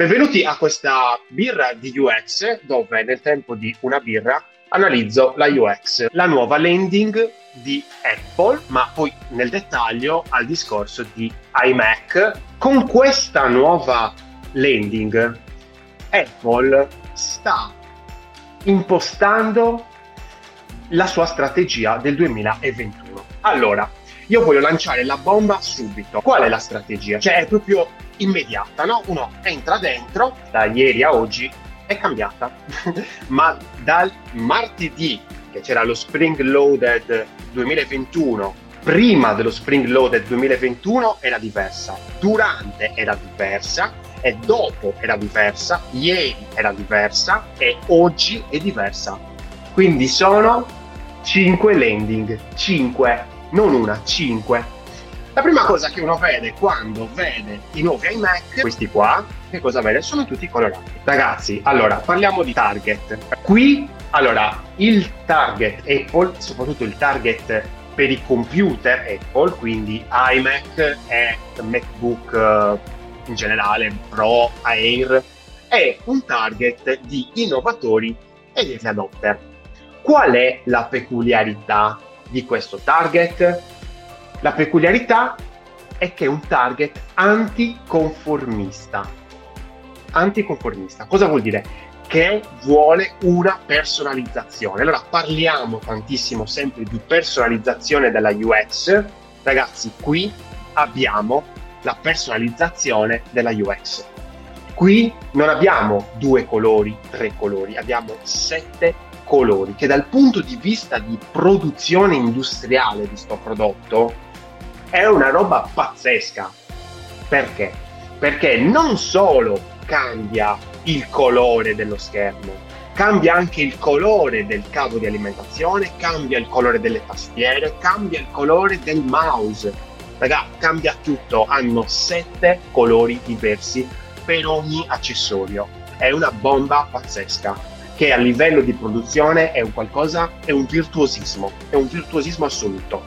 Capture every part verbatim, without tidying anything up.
Benvenuti a questa birra di U X, dove nel tempo di una birra analizzo la U X, la nuova landing di Apple, ma poi nel dettaglio al discorso di iMac. Con questa nuova landing Apple sta impostando la sua strategia del duemilaventuno. Allora, io voglio lanciare la bomba subito. Qual è la strategia? Cioè è proprio immediata, no? Uno entra dentro, da ieri a oggi è cambiata. Ma dal martedì, che c'era lo Spring Loaded duemilaventuno, prima dello Spring Loaded duemilaventuno era diversa, durante era diversa e dopo era diversa, ieri era diversa e oggi è diversa. Quindi sono cinque landing, cinque, non una, cinque. La prima cosa che uno vede quando vede i nuovi iMac, questi qua, che cosa vede? Sono tutti colorati. Ragazzi, allora, parliamo di target. Qui, allora, il target Apple, soprattutto il target per i computer Apple, quindi iMac e MacBook in generale, Pro, Air, è un target di innovatori e di adopter. Qual è la peculiarità di questo target? La peculiarità è che è un target anticonformista. Anticonformista. Cosa vuol dire? Che vuole una personalizzazione. Allora parliamo tantissimo sempre di personalizzazione della U X. Ragazzi, qui abbiamo la personalizzazione della U X. Qui non abbiamo due colori, tre colori, abbiamo sette colori, che dal punto di vista di produzione industriale di sto prodotto è una roba pazzesca. Perché? Perché non solo cambia il colore dello schermo, cambia anche il colore del cavo di alimentazione, cambia il colore delle tastiere, cambia il colore del mouse. Raga, cambia tutto. Hanno sette colori diversi per ogni accessorio. È una bomba pazzesca, che a livello di produzione è un qualcosa, è un virtuosismo, è un virtuosismo assoluto.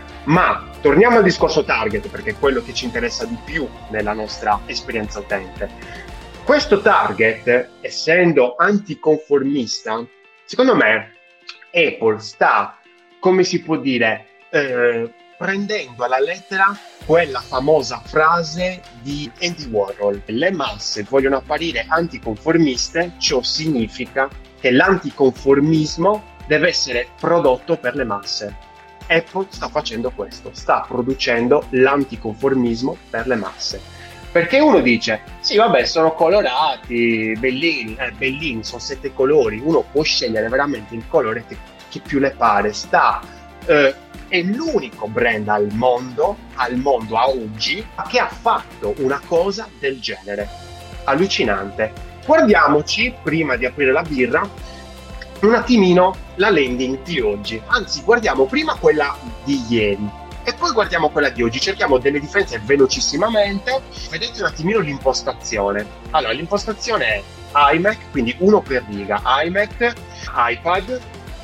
Ma torniamo al discorso target, perché è quello che ci interessa di più nella nostra esperienza utente. Questo target, essendo anticonformista, secondo me Apple sta, come si può dire, eh, prendendo alla lettera quella famosa frase di Andy Warhol: le masse vogliono apparire anticonformiste, ciò significa che l'anticonformismo deve essere prodotto per le masse. Apple sta facendo questo, sta producendo l'anticonformismo per le masse. Perché uno dice, sì vabbè, sono colorati, bellini, eh, bellini, sono sette colori, uno può scegliere veramente il colore che, che più le pare. Sta, eh, è l'unico brand al mondo, al mondo a oggi, che ha fatto una cosa del genere. Allucinante. Guardiamoci, prima di aprire la birra, un attimino la landing di oggi. Anzi, guardiamo prima quella di ieri e poi guardiamo quella di oggi. Cerchiamo delle differenze velocissimamente. Vedete un attimino l'impostazione. Allora, l'impostazione è iMac, quindi uno per riga, iMac, iPad,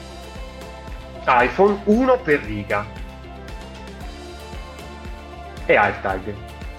iPhone, uno per riga e AirTag,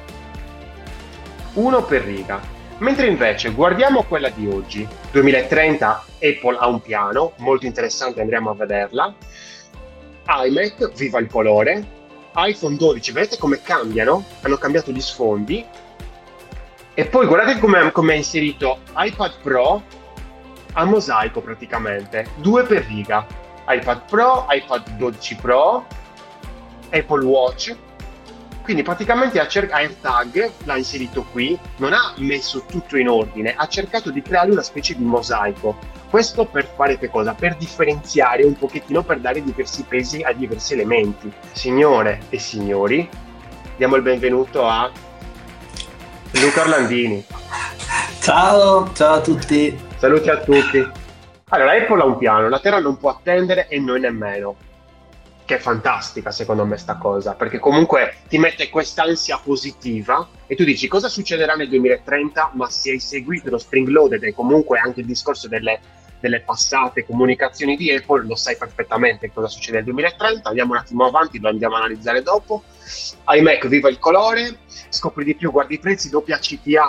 uno per riga. Mentre invece guardiamo quella di oggi, duemilatrenta, Apple ha un piano, molto interessante, andremo a vederla. iMac, viva il colore. iPhone dodici, vedete come cambiano? Hanno cambiato gli sfondi. E poi guardate come è inserito iPad Pro a mosaico praticamente, due per riga. iPad Pro, iPad dodici Pro, Apple Watch. Quindi praticamente ha cercato AirTag, l'ha inserito qui, non ha messo tutto in ordine, ha cercato di creare una specie di mosaico. Questo per fare che cosa? Per differenziare un pochettino, per dare diversi pesi a diversi elementi. Signore e signori, diamo il benvenuto a Luca Orlandini. Ciao, ciao a tutti. Saluti a tutti. Allora, Apple ha un piano, la Terra non può attendere e noi nemmeno. Che è fantastica secondo me sta cosa, perché comunque ti mette quest'ansia positiva e tu dici cosa succederà nel duemilatrenta, ma se hai seguito lo Spring Loaded e comunque anche il discorso delle, delle passate comunicazioni di Apple, lo sai perfettamente cosa succede nel duemilatrenta. Andiamo un attimo avanti, lo andiamo a analizzare dopo. iMac, viva il colore, scopri di più, guardi i prezzi, doppia C T A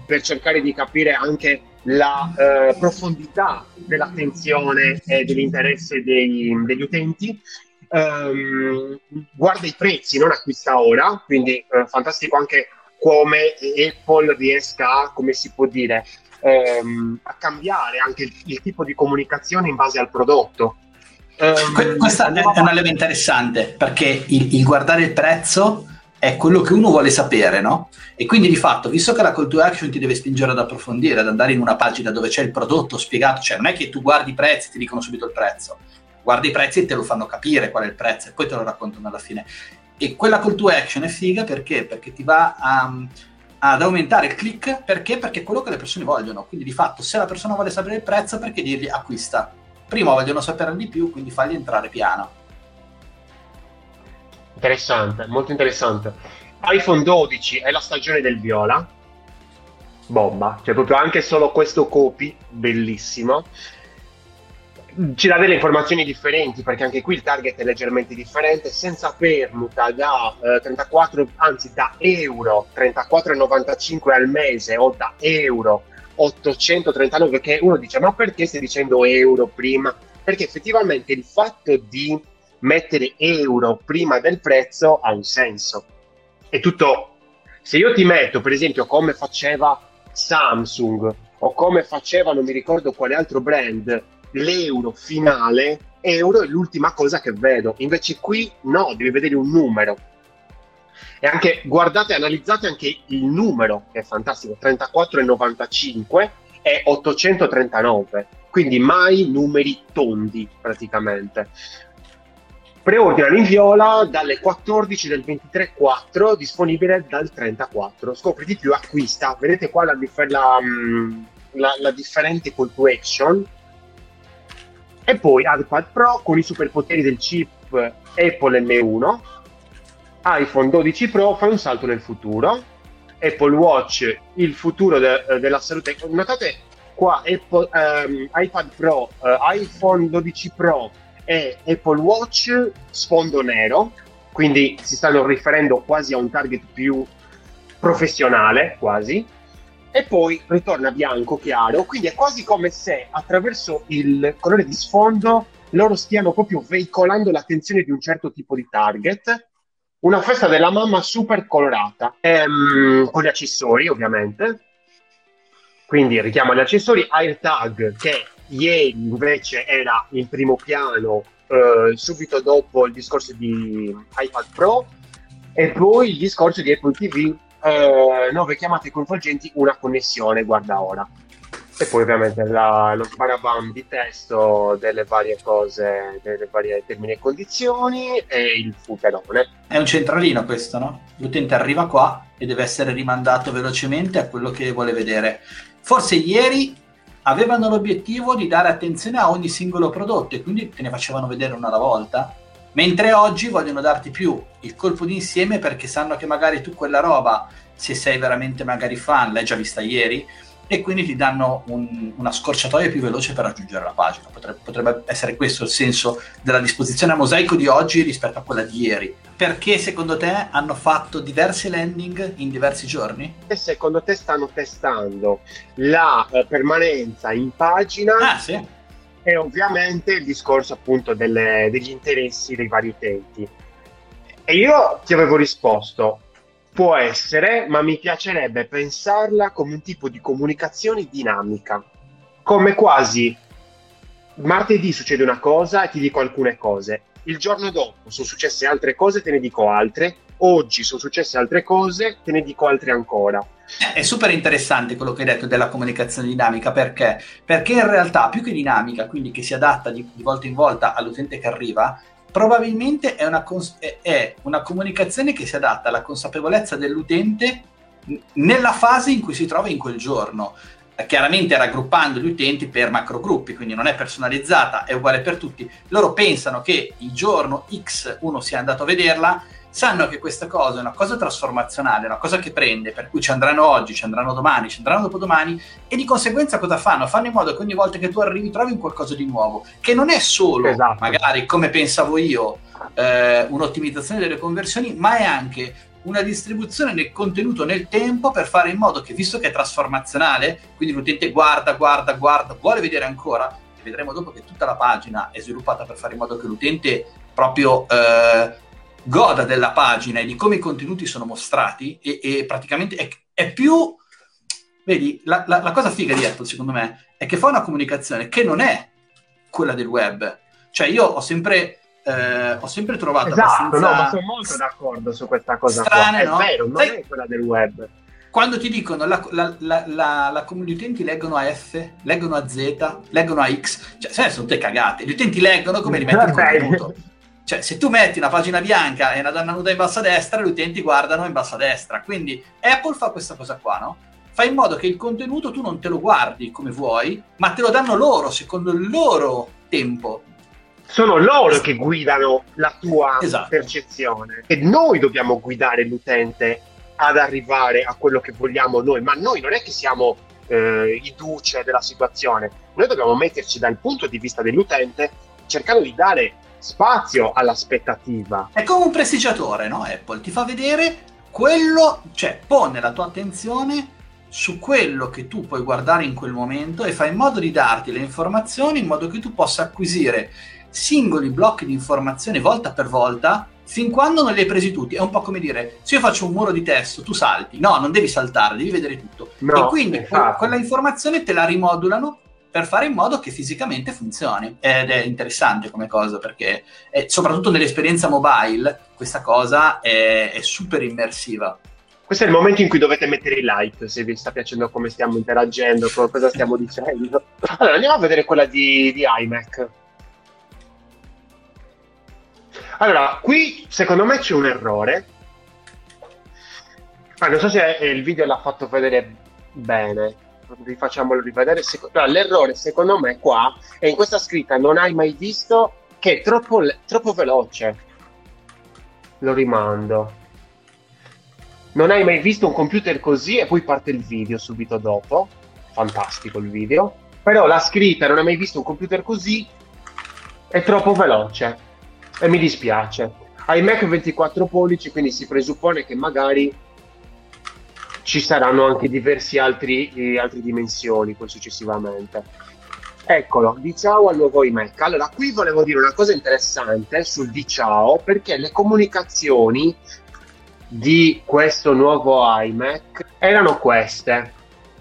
per cercare di capire anche la eh, profondità dell'attenzione e dell'interesse dei, degli utenti. Um, guarda i prezzi, non acquista ora, quindi eh, fantastico anche come Apple riesca a, come si può dire, ehm, a cambiare anche il, il tipo di comunicazione in base al prodotto. Um, Questa è, è una leva interessante, perché il, il guardare il prezzo è quello che uno vuole sapere, no? E quindi di fatto, visto che la call to action ti deve spingere ad approfondire, ad andare in una pagina dove c'è il prodotto spiegato, cioè non è che tu guardi i prezzi e ti dicono subito il prezzo, guardi i prezzi e te lo fanno capire qual è il prezzo e poi te lo raccontano alla fine. E quella call to action è figa perché? Perché ti va a, ad aumentare il click, perché? Perché è quello che le persone vogliono. Quindi di fatto, se la persona vuole sapere il prezzo, perché dirgli acquista? Prima vogliono sapere di più, quindi fagli entrare piano. Interessante, molto interessante. iPhone dodici è la stagione del viola, bomba, cioè proprio anche solo questo copy, bellissimo. Ci dà delle informazioni differenti, perché anche qui il target è leggermente differente, senza permuta da eh, trentaquattro, anzi da euro trentaquattro virgola novantacinque al mese o da euro ottocentotrentanove, che uno dice ma perché stai dicendo euro prima? Perché effettivamente il fatto di mettere euro prima del prezzo ha un senso. È tutto, se io ti metto per esempio come faceva Samsung o come faceva non mi ricordo quale altro brand, l'euro finale, euro è l'ultima cosa che vedo, invece qui no, devi vedere un numero. E anche guardate, analizzate anche il numero, che è fantastico, trentaquattro virgola novantacinque e ottocentotrentanove, quindi mai numeri tondi praticamente. Preordinano in viola dalle quattordici del ventitré quattro, disponibile dal trentaquattro. Scopri di più, acquista. Vedete qua la, la, la, la differente call to action. E poi iPad Pro con i superpoteri del chip Apple M uno, iPhone dodici Pro, fai un salto nel futuro, Apple Watch, il futuro de- della salute. Notate qua Apple, um, iPad Pro, uh, iPhone dodici Pro e Apple Watch sfondo nero, quindi si stanno riferendo quasi a un target più professionale, quasi. E poi ritorna bianco chiaro, quindi è quasi come se attraverso il colore di sfondo loro stiano proprio veicolando l'attenzione di un certo tipo di target. Una festa della mamma super colorata, ehm, con gli accessori ovviamente, quindi richiamo agli accessori, AirTag che ieri invece era in primo piano eh, subito dopo il discorso di iPad Pro, e poi il discorso di Apple T V, Uh, nove chiamate coinvolgenti, una connessione, guarda ora. E poi ovviamente la, lo sbarabam di testo delle varie cose, delle varie termini e condizioni e il futerone. È un centralino questo, no? L'utente arriva qua e deve essere rimandato velocemente a quello che vuole vedere. Forse ieri avevano l'obiettivo di dare attenzione a ogni singolo prodotto e quindi te ne facevano vedere una alla volta, mentre oggi vogliono darti più il colpo d'insieme, perché sanno che magari tu quella roba, se sei veramente magari fan, l'hai già vista ieri, e quindi ti danno un, una scorciatoia più veloce per raggiungere la pagina. Potrebbe, potrebbe essere questo il senso della disposizione a mosaico di oggi rispetto a quella di ieri. Perché secondo te hanno fatto diverse landing in diversi giorni? E secondo te stanno testando la uh, permanenza in pagina? Ah sì. E ovviamente il discorso appunto delle, degli interessi dei vari utenti. E io ti avevo risposto, può essere, ma mi piacerebbe pensarla come un tipo di comunicazione dinamica, come quasi martedì succede una cosa e ti dico alcune cose, il giorno dopo sono successe altre cose, te ne dico altre, oggi sono successe altre cose, te ne dico altre ancora. È super interessante quello che hai detto della comunicazione dinamica, perché? Perché in realtà più che dinamica, quindi che si adatta di, di volta in volta all'utente che arriva, probabilmente è una, cons- è una comunicazione che si adatta alla consapevolezza dell'utente nella fase in cui si trova in quel giorno, chiaramente raggruppando gli utenti per macrogruppi, quindi non è personalizzata, è uguale per tutti. Loro pensano che il giorno X uno sia andato a vederla, sanno che questa cosa è una cosa trasformazionale, una cosa che prende, per cui ci andranno oggi, ci andranno domani, ci andranno dopodomani, e di conseguenza cosa fanno? Fanno in modo che ogni volta che tu arrivi trovi un qualcosa di nuovo, che non è solo, esatto, magari come pensavo io, eh, un'ottimizzazione delle conversioni, ma è anche una distribuzione del contenuto nel tempo per fare in modo che, visto che è trasformazionale, quindi l'utente guarda, guarda, guarda, vuole vedere ancora, e vedremo dopo che tutta la pagina è sviluppata per fare in modo che l'utente proprio eh, goda della pagina e di come i contenuti sono mostrati, e, e praticamente è, è più... Vedi, la, la, la cosa figa di Apple, secondo me, è che fa una comunicazione che non è quella del web. Cioè, io ho sempre... Eh, ho sempre trovato esatto, abbastanza... no, ma sono molto d'accordo su questa cosa strane, qua. no? È vero, non Sai, è quella del web. quando ti dicono la, la, la, la, la, gli utenti leggono a F, leggono a Z, leggono a X, cioè se sono tutte cagate. Gli utenti leggono come rimetti il contenuto. Cioè, se tu metti una pagina bianca e una donna nuda in basso a destra, gli utenti guardano in basso a destra. Quindi Apple fa questa cosa qua, no? Fa in modo che il contenuto tu non te lo guardi come vuoi, ma te lo danno loro, secondo il loro tempo. Sono loro che guidano la tua esatto. percezione, e noi dobbiamo guidare l'utente ad arrivare a quello che vogliamo noi, ma noi non è che siamo eh, i duce della situazione, noi dobbiamo metterci dal punto di vista dell'utente, cercando di dare spazio all'aspettativa. È come un prestigiatore, no? Apple ti fa vedere quello, cioè pone la tua attenzione su quello che tu puoi guardare in quel momento e fa in modo di darti le informazioni in modo che tu possa acquisire singoli blocchi di informazione volta per volta fin quando non li hai presi tutti. È un po' come dire, se io faccio un muro di testo tu salti, no, non devi saltare, devi vedere tutto, no, e quindi infatti quella informazione te la rimodulano per fare in modo che fisicamente funzioni, ed è interessante come cosa, perché è, soprattutto nell'esperienza mobile questa cosa è, è super immersiva. Questo è il momento in cui dovete mettere i like, se vi sta piacendo come stiamo interagendo, cosa stiamo dicendo. Allora andiamo a vedere quella di, di iMac. Allora, qui secondo me c'è un errore. Ah, non so se il video l'ha fatto vedere bene, rifacciamolo rivedere. Allora, l'errore secondo me qua è in questa scritta "non hai mai visto", che è troppo, troppo veloce. Lo rimando. Non hai mai visto un computer così, e poi parte il video subito dopo. Fantastico il video. Però la scritta "non hai mai visto un computer così" è troppo veloce. E mi dispiace. iMac ventiquattro pollici, quindi si presuppone che magari ci saranno anche diversi altri eh, altre dimensioni poi successivamente. Eccolo, di ciao al nuovo iMac. Allora, qui volevo dire una cosa interessante sul di ciao, perché le comunicazioni di questo nuovo iMac erano queste.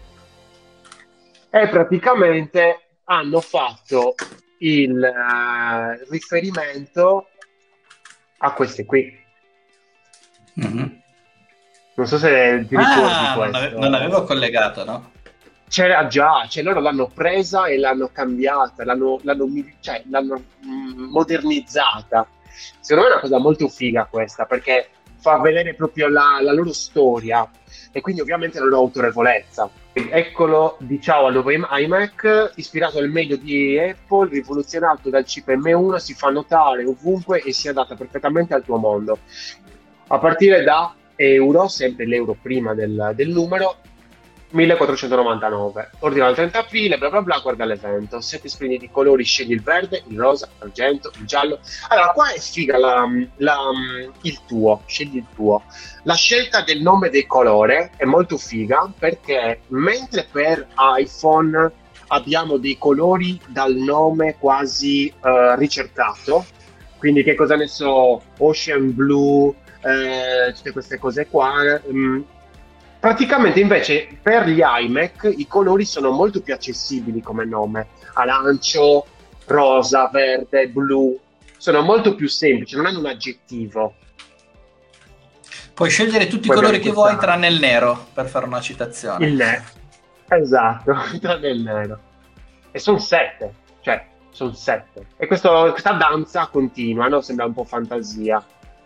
E praticamente hanno fatto il uh, riferimento a queste qui. Mm-hmm. Non so se ti ricordi ah, questo. Non avevo, non avevo collegato, no? C'era già, cioè loro l'hanno presa e l'hanno cambiata, l'hanno, l'hanno, cioè, l'hanno mh, modernizzata. Secondo me è una cosa molto figa questa, perché fa vedere proprio la, la loro storia e quindi ovviamente la loro autorevolezza. Eccolo di ciao al nuovo iMac, ispirato al meglio di Apple, rivoluzionato dal chip M uno, si fa notare ovunque e si adatta perfettamente al tuo mondo. A partire da euro, sempre l'euro prima del, del numero, millequattrocentonovantanove. Ordina il trenta aprile, bla bla bla, guarda l'evento. Sette screen di colori, scegli il verde, il rosa, l'argento, il giallo. Allora, qua è figa la, la, il tuo, scegli il tuo. La scelta del nome del colore è molto figa, perché mentre per iPhone abbiamo dei colori dal nome quasi uh, ricercato, quindi che cosa ne so, Ocean Blue, eh, tutte queste cose qua, mh, praticamente invece per gli iMac i colori sono molto più accessibili come nome. Arancio, rosa, verde, blu, sono molto più semplici, non hanno un aggettivo. Puoi scegliere tutti i colori che vuoi tranne il nero, per fare una citazione. Il nero, esatto, tranne il nero. E sono sette, cioè sono sette. E questo, questa danza continua, no? Sembra un po' fantasia.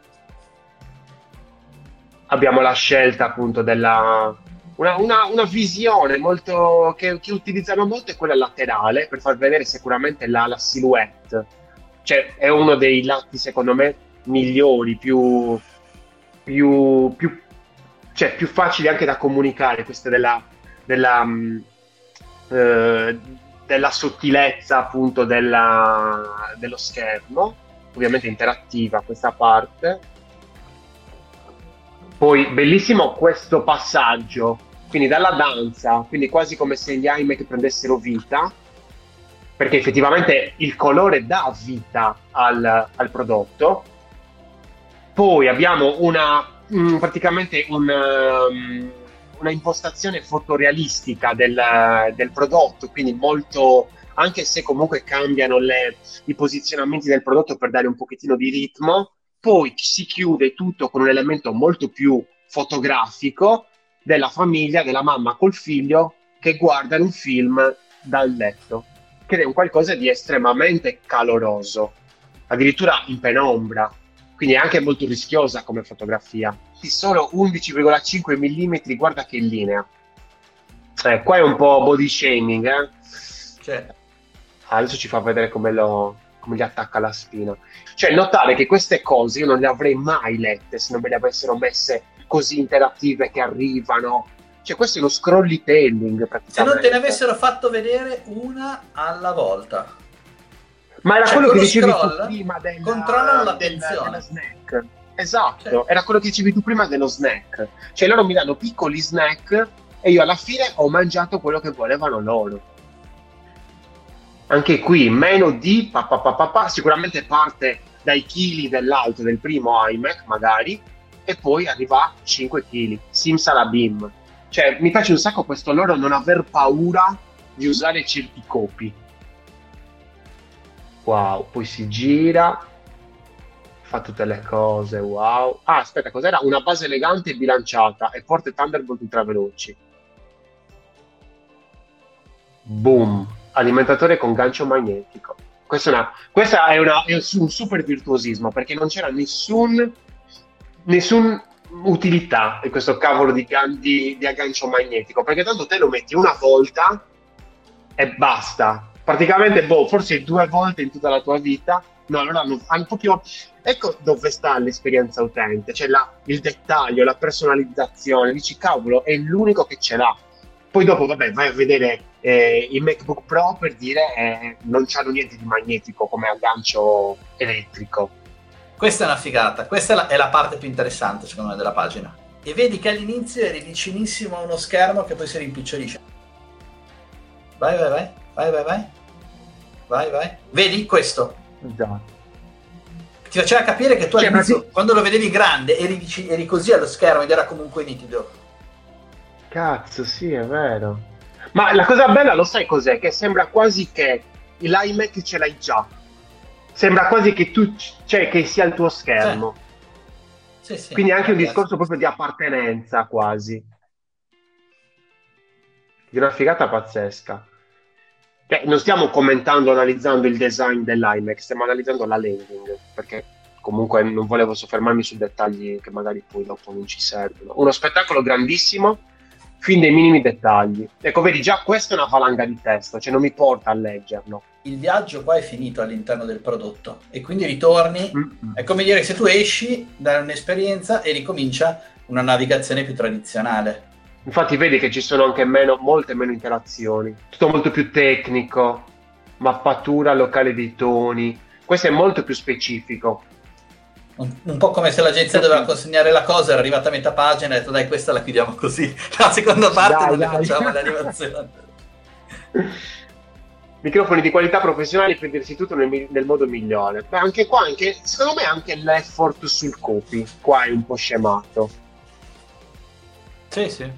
Abbiamo la scelta appunto della una, una, una visione molto che, che utilizzano molto è quella laterale, per far vedere sicuramente la, la silhouette. Cioè è uno dei lati secondo me migliori, più più, più cioè più facili anche da comunicare, questa della della, um, eh, della sottilezza appunto della, dello schermo, ovviamente interattiva questa parte. Poi bellissimo questo passaggio, quindi dalla danza, quindi quasi come se gli iMac prendessero vita, perché effettivamente il colore dà vita al, al prodotto. Poi abbiamo una, mh, praticamente un, um, una impostazione fotorealistica del, del prodotto, quindi molto, anche se comunque cambiano le, i posizionamenti del prodotto per dare un pochettino di ritmo, poi si chiude tutto con un elemento molto più fotografico della famiglia, della mamma col figlio che guardano un film dal letto, che è un qualcosa di estremamente caloroso, addirittura in penombra, quindi è anche molto rischiosa come fotografia. Solo undici virgola cinque millimetri, guarda che linea. Eh, qua è un po' body shaming, eh? Cioè, Ah, adesso ci fa vedere come, lo, come gli attacca la spina. Cioè, notare che queste cose io non le avrei mai lette se non me le avessero messe così interattive che arrivano. Cioè, questo è uno scrollytelling praticamente. se non te ne avessero fatto vedere una alla volta. Ma era Cioè, quello con che lo dicevi scroll tu prima del, controllano del, l'attenzione. dello snack. Esatto, Cioè, era quello che dicevi tu prima dello snack. Cioè loro mi danno piccoli snack e io alla fine ho mangiato quello che volevano loro. Anche qui meno di pa, pa, pa, pa, pa, sicuramente parte dai chili dell'altro, del primo iMac magari, e poi arriva a cinque chili. Simsalabim. Cioè mi piace un sacco questo loro non aver paura di usare certi copi. Wow, poi si gira, fa tutte le cose, wow. Ah, aspetta, cos'era? Una base elegante e bilanciata e porte Thunderbolt ultraveloci. Boom, alimentatore con gancio magnetico. Questa è, una, questa è, una, è un super virtuosismo perché non c'era nessun, nessun utilità in questo cavolo di, gan- di, di aggancio magnetico, perché tanto te lo metti una volta e basta. Praticamente, boh, forse due volte in tutta la tua vita. No, allora hanno, hanno proprio. Ecco dove sta l'esperienza utente, cioè la, il dettaglio, la personalizzazione. Dici, cavolo, è l'unico che ce l'ha. Poi dopo, vabbè, vai a vedere eh, il MacBook Pro per dire eh, non c'hanno niente di magnetico come aggancio elettrico. questa è una figata, questa è la, è la parte più interessante secondo me della pagina. E vedi che all'inizio eri vicinissimo a uno schermo che poi si rimpicciolisce. Vai, vai, vai, vai, vai, vai, vai, vai. Vedi questo? Già. Ti faceva capire che tu Cioè, all'inizio, ma sì. quando lo vedevi grande, eri, vici- eri così allo schermo ed era comunque nitido. Cazzo, sì, è vero. Ma la cosa bella, lo sai cos'è? Che sembra quasi che l'iMac ce l'hai già. Sembra quasi che tu, cioè, che sia il tuo schermo. Sì, sì. Quindi è anche un Ragazzi. discorso proprio di appartenenza, quasi. Di una figata pazzesca. Cioè, non stiamo commentando, analizzando il design dell'iMac, stiamo analizzando la landing, perché comunque non volevo soffermarmi su dettagli che magari poi dopo non ci servono. Uno spettacolo grandissimo, fin dei minimi dettagli. Ecco, vedi, già questa è una valanga di testo, cioè non mi porta a leggerlo. Il viaggio qua è finito all'interno del prodotto e quindi ritorni. Mm-mm. È come dire che se tu esci da un'esperienza e ricomincia una navigazione più tradizionale. Infatti vedi che ci sono anche meno, molte meno interazioni, tutto molto più tecnico, mappatura locale dei toni, questo è molto più specifico. Un, un po' come se l'agenzia doveva consegnare la cosa, era arrivata a metà pagina e ha detto dai questa la chiudiamo così, la seconda parte Dai, non ne dai. facciamo l'animazione. Microfoni di qualità professionali per dirsi tutto nel, mi- nel modo migliore. Beh, anche qua, anche, secondo me anche l'effort sul copy, qua è un po' scemato. Sì, sì.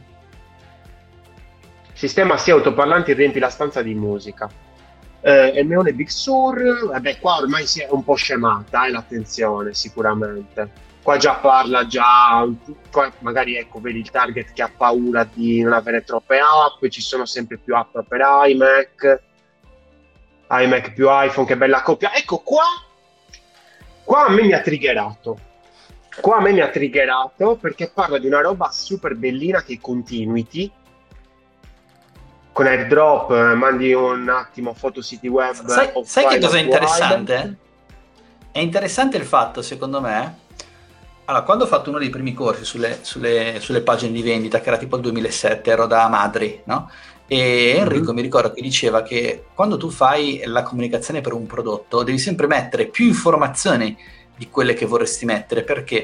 Sistema sia autoparlanti riempi la stanza di musica. Eh, Meone Big Sur, vabbè, qua ormai si è un po' scemata, eh, l'attenzione sicuramente. Qua già parla, già, qua magari ecco, vedi il target che ha paura di non avere troppe app, ci sono sempre più app per iMac, iMac più iPhone, che bella coppia. Ecco qua, qua a me mi ha triggerato. Qua a me mi ha triggerato perché parla di una roba super bellina che è Continuity. Con AirDrop eh, mandi un attimo foto siti web. Sai, o sai che file cosa è a tuo interessante? iMac. È interessante il fatto, secondo me, allora, quando ho fatto uno dei primi corsi sulle, sulle, sulle pagine di vendita, che era tipo il duemilasette, ero da Madri, no? E Enrico Mhm. mi ricordo che diceva che quando tu fai la comunicazione per un prodotto devi sempre mettere più informazioni di quelle che vorresti mettere, perché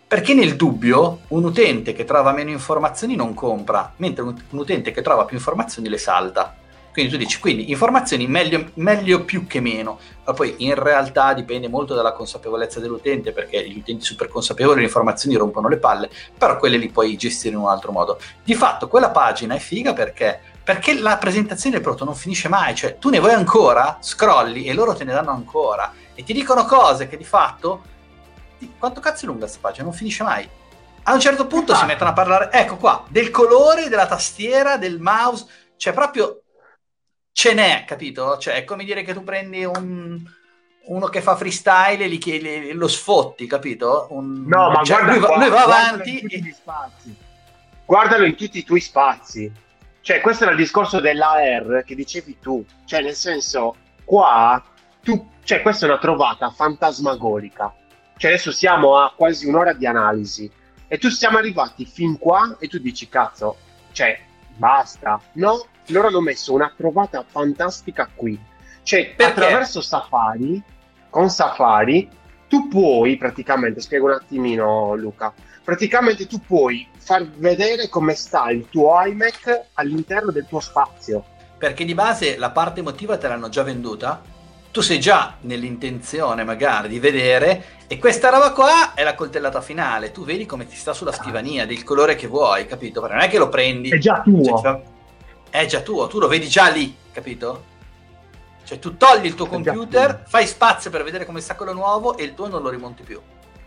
Perché nel dubbio un utente che trova meno informazioni non compra, mentre un, un utente che trova più informazioni le salta. Quindi tu dici, quindi informazioni meglio, meglio più che meno, ma poi in realtà dipende molto dalla consapevolezza dell'utente, perché gli utenti super consapevoli le informazioni rompono le palle, però quelle li puoi gestire in un altro modo. Di fatto quella pagina è figa perché, perché la presentazione del prodotto non finisce mai, cioè tu ne vuoi ancora, scrolli e loro te ne danno ancora, e ti dicono cose che di fatto, quanto cazzo è lunga questa pagina? Non finisce mai. A un certo punto si mettono a parlare, ecco qua, del colore, della tastiera, del mouse, cioè proprio... ce n'è, capito? Cioè è come dire che tu prendi un, uno che fa freestyle e gli chiedi, lo sfotti, capito? Un, no, ma cioè, guarda lui va, qua, lui va guardalo avanti in tutti e... gli spazi. Guardalo in tutti i tuoi spazi. Cioè, questo era il discorso dell'A R che dicevi tu. Cioè, nel senso, qua, tu, cioè, questa è una trovata fantasmagorica. Cioè, adesso siamo a quasi un'ora di analisi e tu siamo arrivati fin qua e tu dici, cazzo, cioè, basta. No, loro hanno messo una trovata fantastica qui. Cioè, perché? Attraverso Safari, con Safari, tu puoi praticamente, spiego un attimino Luca, praticamente tu puoi far vedere come sta il tuo iMac all'interno del tuo spazio. Perché di base la parte emotiva te l'hanno già venduta, tu sei già nell'intenzione magari di vedere, e questa roba qua è la coltellata finale, tu vedi come ti sta sulla scrivania, del colore che vuoi, capito? Perché non è che lo prendi... È già tuo. Cioè, è già tuo, tu lo vedi già lì, capito? Cioè tu togli il tuo computer, fai spazio per vedere come sta quello nuovo e il tuo non lo rimonti più.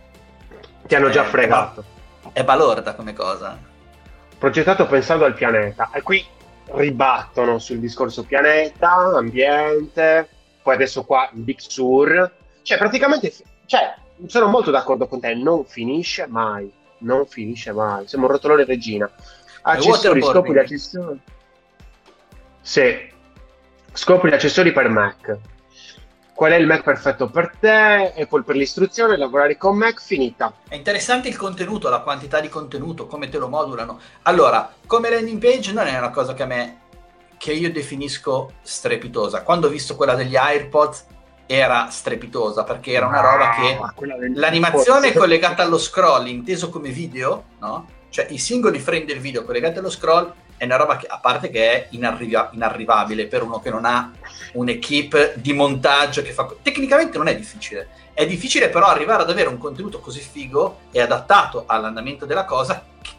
Ti hanno già È- fregato. È balorda come cosa. Progettato pensando al pianeta. E qui ribattono sul discorso pianeta, ambiente, poi adesso qua Big Sur. Cioè, praticamente, cioè, sono molto d'accordo con te, non finisce mai. Non finisce mai. Siamo un rotolone regina. Accessori, waterboarding. scopri gli accessori. Sì. Scopri gli accessori per Mac. Qual è il Mac perfetto per te? Apple per l'istruzione, lavorare con Mac, finita. È interessante il contenuto, la quantità di contenuto, come te lo modulano. Allora, come landing page non è una cosa che a me, che io definisco strepitosa. Quando ho visto quella degli AirPods era strepitosa, perché era una roba che Ah, quella degli l'animazione è AirPods. collegata allo scroll, inteso come video, no? Cioè i singoli frame del video collegati allo scroll è una roba che, a parte che è inarriva- inarrivabile per uno che non ha un'equipe di montaggio che fa... Tecnicamente non è difficile, è difficile però arrivare ad avere un contenuto così figo e adattato all'andamento della cosa, che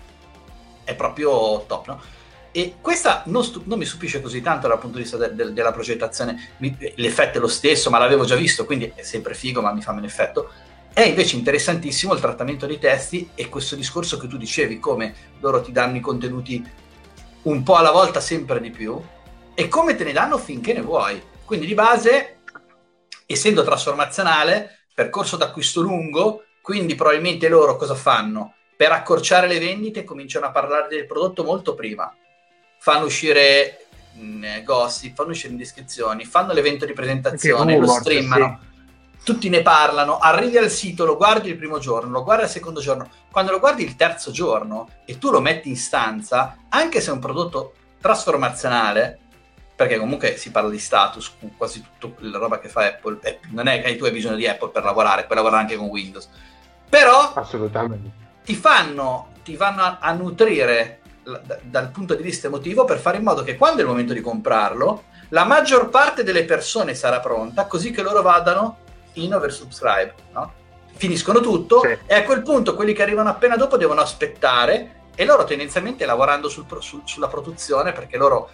è proprio top, no? E questa non, stu- non mi stupisce così tanto dal punto di vista de- de- della progettazione. Mi- l'effetto è lo stesso, ma l'avevo già visto, quindi è sempre figo, ma mi fa meno effetto. È invece interessantissimo il trattamento dei testi e questo discorso che tu dicevi, come loro ti danno i contenuti un po' alla volta, sempre di più, e come te ne danno finché ne vuoi. Quindi di base, essendo trasformazionale, percorso d'acquisto lungo, quindi probabilmente loro cosa fanno? Per accorciare le vendite cominciano a parlare del prodotto molto prima, fanno uscire mh, gossip, fanno uscire indiscrezioni, fanno l'evento di presentazione, Anche lo rumors, streamano, sì. tutti ne parlano, arrivi al sito, lo guardi il primo giorno, lo guardi il secondo giorno, quando lo guardi il terzo giorno e tu lo metti in stanza, anche se è un prodotto trasformazionale, perché comunque si parla di status con quasi tutta la roba che fa Apple, eh, non è che tu hai bisogno di Apple per lavorare, puoi lavorare anche con Windows, però Assolutamente. ti fanno, ti vanno a, a nutrire l- da- dal punto di vista emotivo per fare in modo che quando è il momento di comprarlo, la maggior parte delle persone sarà pronta, così che loro vadano in oversubscribe, no? Finiscono tutto, Sì. e a quel punto quelli che arrivano appena dopo devono aspettare, e loro tendenzialmente lavorando sul pro- sul- sulla produzione, perché loro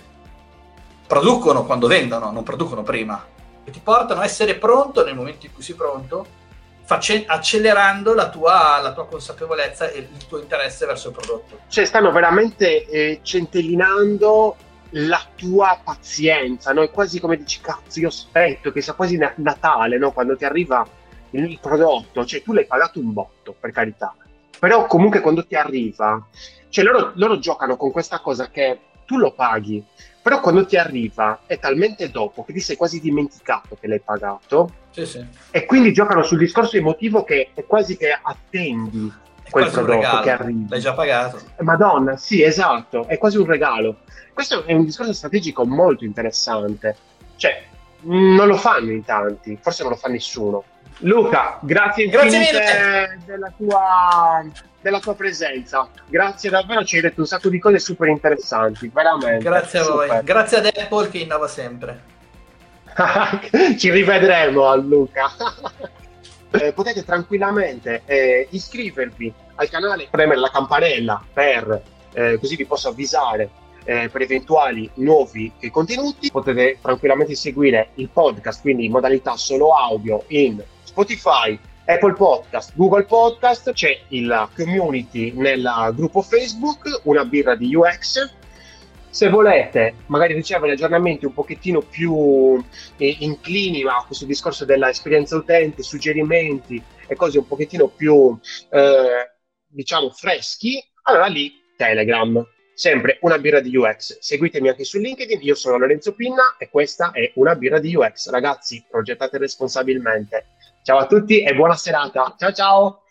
producono quando vendono, non producono prima, e ti portano a essere pronto nel momento in cui sei pronto, face- accelerando la tua, la tua consapevolezza e il tuo interesse verso il prodotto. Cioè, stanno veramente eh, centellinando la tua pazienza, no? È quasi come dici, cazzo, io aspetto che sia quasi na- Natale, no? Quando ti arriva il, il prodotto, cioè tu l'hai pagato un botto, per carità, però comunque quando ti arriva, cioè loro, loro giocano con questa cosa che tu lo paghi, però quando ti arriva è talmente dopo che ti sei quasi dimenticato che l'hai pagato, Sì, sì. e quindi giocano sul discorso emotivo che è quasi che attendi È quel quasi un prodotto regalo, che arriva. l'hai già pagato. Madonna, sì, esatto, è quasi un regalo. Questo è un discorso strategico molto interessante. Cioè, non lo fanno in tanti, forse non lo fa nessuno. Luca, grazie Grazie infinite mille. della tua, della tua presenza. Grazie davvero, ci hai detto un sacco di cose super interessanti, veramente, Grazie a voi. super. Grazie ad Apple che innova sempre. Ci rivedremo a Luca. Eh, potete tranquillamente eh, iscrivervi al canale, premere la campanella per eh, così vi posso avvisare eh, per eventuali nuovi eh, contenuti. Potete tranquillamente seguire il podcast, quindi in modalità solo audio in Spotify, Apple Podcast, Google Podcast. C'è il community nel gruppo Facebook, una birra di U X. Se volete magari ricevere aggiornamenti un pochettino più eh, inclini a questo discorso dell'esperienza utente, suggerimenti e cose un pochettino più, eh, diciamo, freschi, allora lì Telegram, sempre una birra di U X. Seguitemi anche su LinkedIn, io sono Lorenzo Pinna e questa è una birra di U X. Ragazzi, progettate responsabilmente. Ciao a tutti e buona serata. Ciao ciao!